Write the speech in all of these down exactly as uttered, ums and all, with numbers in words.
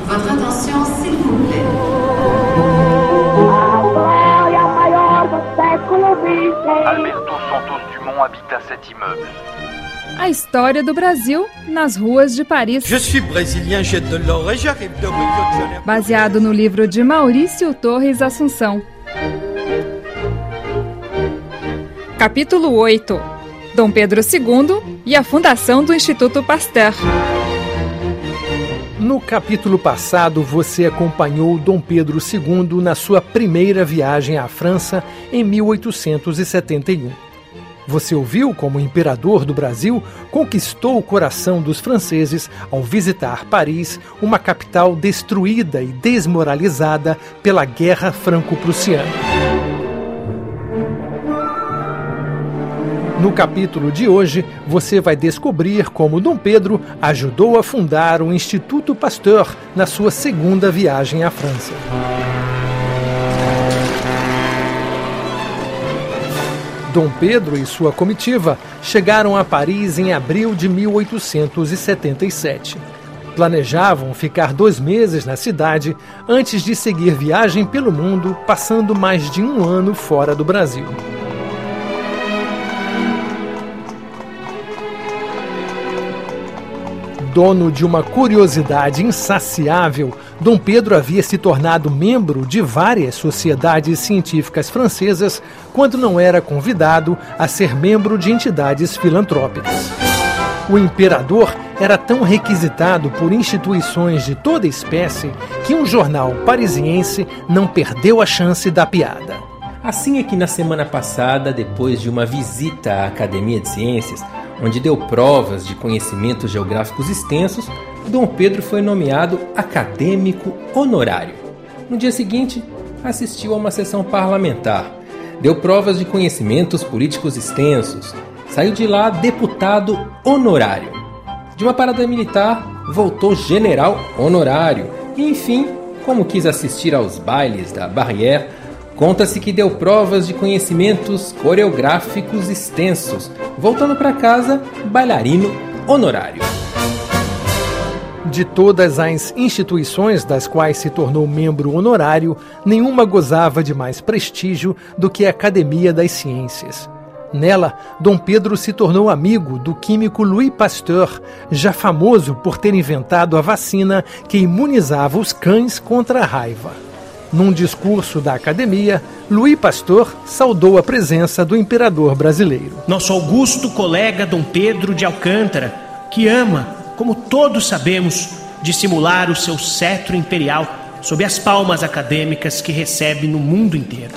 Votre attention, s'il vous plaît. Alberto Santos Dumont habita cet immeuble. A história do Brasil nas ruas de Paris. Je suis brésilien, j'ai de l'or et j'arrive de Rio de Janeiro. Baseado no livro de Maurício Torres Assunção. Capítulo oito. Dom Pedro segundo e a fundação do Instituto Pasteur. No capítulo passado, você acompanhou Dom Pedro segundo na sua primeira viagem à França em mil oitocentos e setenta e um. Você ouviu como o imperador do Brasil conquistou o coração dos franceses ao visitar Paris, uma capital destruída e desmoralizada pela Guerra Franco-Prussiana. No capítulo de hoje, você vai descobrir como Dom Pedro ajudou a fundar o Instituto Pasteur na sua segunda viagem à França. Dom Pedro e sua comitiva chegaram a Paris em abril de mil oitocentos e setenta e sete. Planejavam ficar dois meses na cidade antes de seguir viagem pelo mundo, passando mais de um ano fora do Brasil. Dono de uma curiosidade insaciável, Dom Pedro havia se tornado membro de várias sociedades científicas francesas quando não era convidado a ser membro de entidades filantrópicas. O imperador era tão requisitado por instituições de toda espécie que um jornal parisiense não perdeu a chance da piada. Assim é que na semana passada, depois de uma visita à Academia de Ciências, onde deu provas de conhecimentos geográficos extensos, Dom Pedro foi nomeado acadêmico honorário. No dia seguinte, assistiu a uma sessão parlamentar, deu provas de conhecimentos políticos extensos, saiu de lá deputado honorário. De uma parada militar, voltou general honorário e, enfim, como quis assistir aos bailes da Barrière, conta-se que deu provas de conhecimentos coreográficos extensos, voltando para casa, bailarino honorário. De todas as instituições das quais se tornou membro honorário, nenhuma gozava de mais prestígio do que a Academia das Ciências. Nela, Dom Pedro se tornou amigo do químico Louis Pasteur, já famoso por ter inventado a vacina que imunizava os cães contra a raiva. Num discurso da Academia, Louis Pasteur saudou a presença do imperador brasileiro. Nosso augusto colega Dom Pedro de Alcântara, que ama, como todos sabemos, dissimular o seu cetro imperial sob as palmas acadêmicas que recebe no mundo inteiro.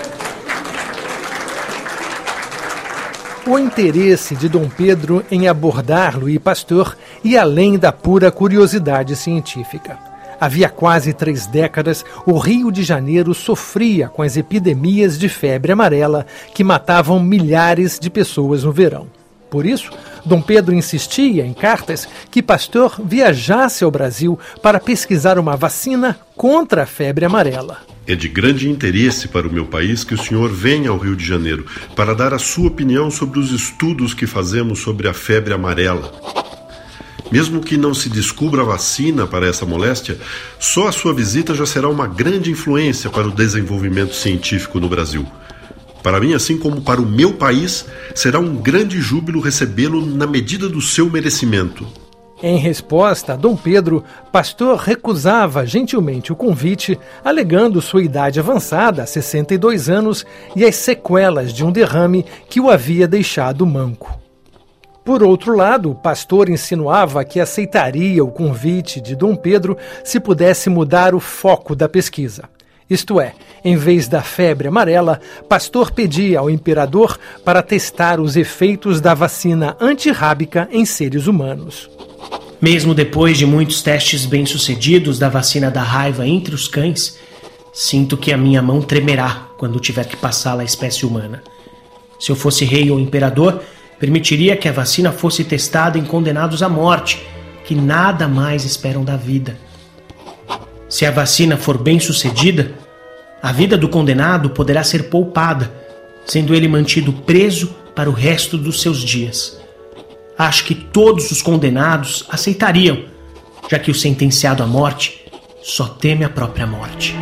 O interesse de Dom Pedro em abordar Louis Pasteur ia além da pura curiosidade científica. Havia quase três décadas, o Rio de Janeiro sofria com as epidemias de febre amarela que matavam milhares de pessoas no verão. Por isso, Dom Pedro insistia em cartas que Pasteur viajasse ao Brasil para pesquisar uma vacina contra a febre amarela. É de grande interesse para o meu país que o senhor venha ao Rio de Janeiro para dar a sua opinião sobre os estudos que fazemos sobre a febre amarela. Mesmo que não se descubra a vacina para essa moléstia, só a sua visita já será uma grande influência para o desenvolvimento científico no Brasil. Para mim, assim como para o meu país, será um grande júbilo recebê-lo na medida do seu merecimento. Em resposta a Dom Pedro, Pasteur recusava gentilmente o convite, alegando sua idade avançada, sessenta e dois anos, e as sequelas de um derrame que o havia deixado manco. Por outro lado, Pasteur insinuava que aceitaria o convite de Dom Pedro se pudesse mudar o foco da pesquisa. Isto é, em vez da febre amarela, Pasteur pedia ao imperador para testar os efeitos da vacina antirrábica em seres humanos. Mesmo depois de muitos testes bem-sucedidos da vacina da raiva entre os cães, sinto que a minha mão tremerá quando tiver que passá-la à espécie humana. Se eu fosse rei ou imperador, permitiria que a vacina fosse testada em condenados à morte, que nada mais esperam da vida. Se a vacina for bem-sucedida, a vida do condenado poderá ser poupada, sendo ele mantido preso para o resto dos seus dias. Acho que todos os condenados aceitariam, já que o sentenciado à morte só teme a própria morte.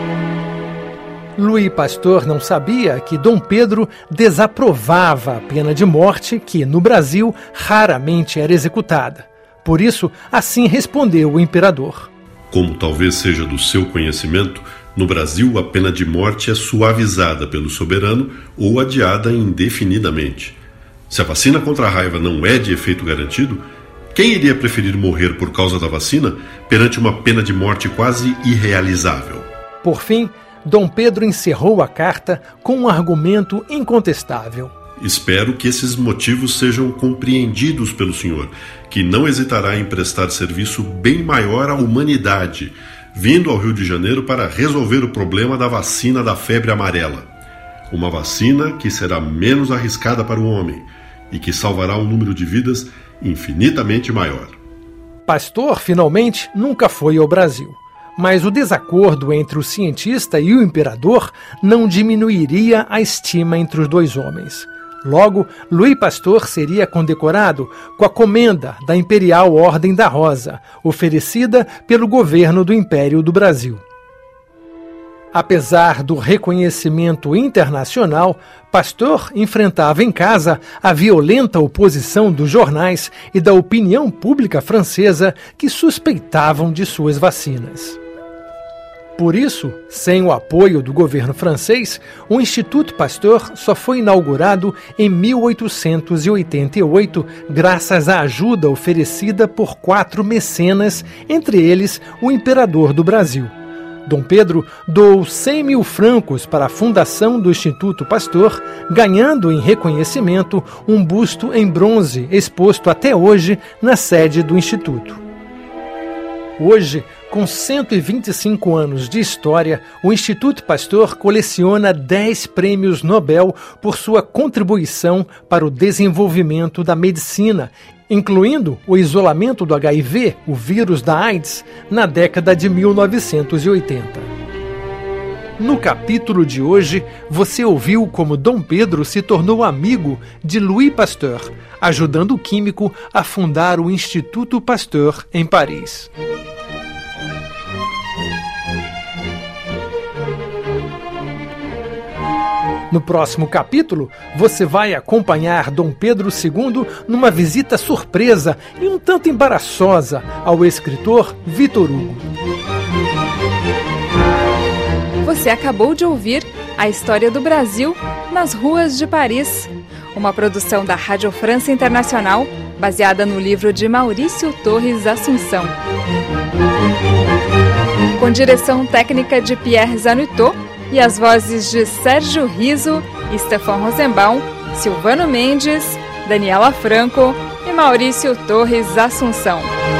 Louis Pasteur não sabia que Dom Pedro desaprovava a pena de morte, que, no Brasil, raramente era executada. Por isso, assim respondeu o imperador. Como talvez seja do seu conhecimento, no Brasil a pena de morte é suavizada pelo soberano ou adiada indefinidamente. Se a vacina contra a raiva não é de efeito garantido, quem iria preferir morrer por causa da vacina perante uma pena de morte quase irrealizável? Por fim, Dom Pedro encerrou a carta com um argumento incontestável. Espero que esses motivos sejam compreendidos pelo senhor, que não hesitará em prestar serviço bem maior à humanidade, vindo ao Rio de Janeiro para resolver o problema da vacina da febre amarela. Uma vacina que será menos arriscada para o homem e que salvará um número de vidas infinitamente maior. Pasteur, finalmente, nunca foi ao Brasil. Mas o desacordo entre o cientista e o imperador não diminuiria a estima entre os dois homens. Logo, Louis Pasteur seria condecorado com a comenda da Imperial Ordem da Rosa, oferecida pelo governo do Império do Brasil. Apesar do reconhecimento internacional, Pasteur enfrentava em casa a violenta oposição dos jornais e da opinião pública francesa que suspeitavam de suas vacinas. Por isso, sem o apoio do governo francês, o Instituto Pasteur só foi inaugurado em mil oitocentos e oitenta e oito, graças à ajuda oferecida por quatro mecenas, entre eles o imperador do Brasil. Dom Pedro doou cem mil francos para a fundação do Instituto Pasteur, ganhando em reconhecimento um busto em bronze exposto até hoje na sede do Instituto. Hoje, com cento e vinte e cinco anos de história, o Instituto Pasteur coleciona dez prêmios Nobel por sua contribuição para o desenvolvimento da medicina, incluindo o isolamento do H I V, o vírus da AIDS, na década de mil novecentos e oitenta. No capítulo de hoje, você ouviu como Dom Pedro se tornou amigo de Louis Pasteur, ajudando o químico a fundar o Instituto Pasteur em Paris. No próximo capítulo, você vai acompanhar Dom Pedro segundo numa visita surpresa e um tanto embaraçosa ao escritor Victor Hugo. Você acabou de ouvir A História do Brasil nas Ruas de Paris, uma produção da Rádio França Internacional, baseada no livro de Maurício Torres Assunção. Com direção técnica de Pierre Zanutot e as vozes de Sérgio Riso, Stefan Rosenbaum, Silvano Mendes, Daniela Franco e Maurício Torres Assunção.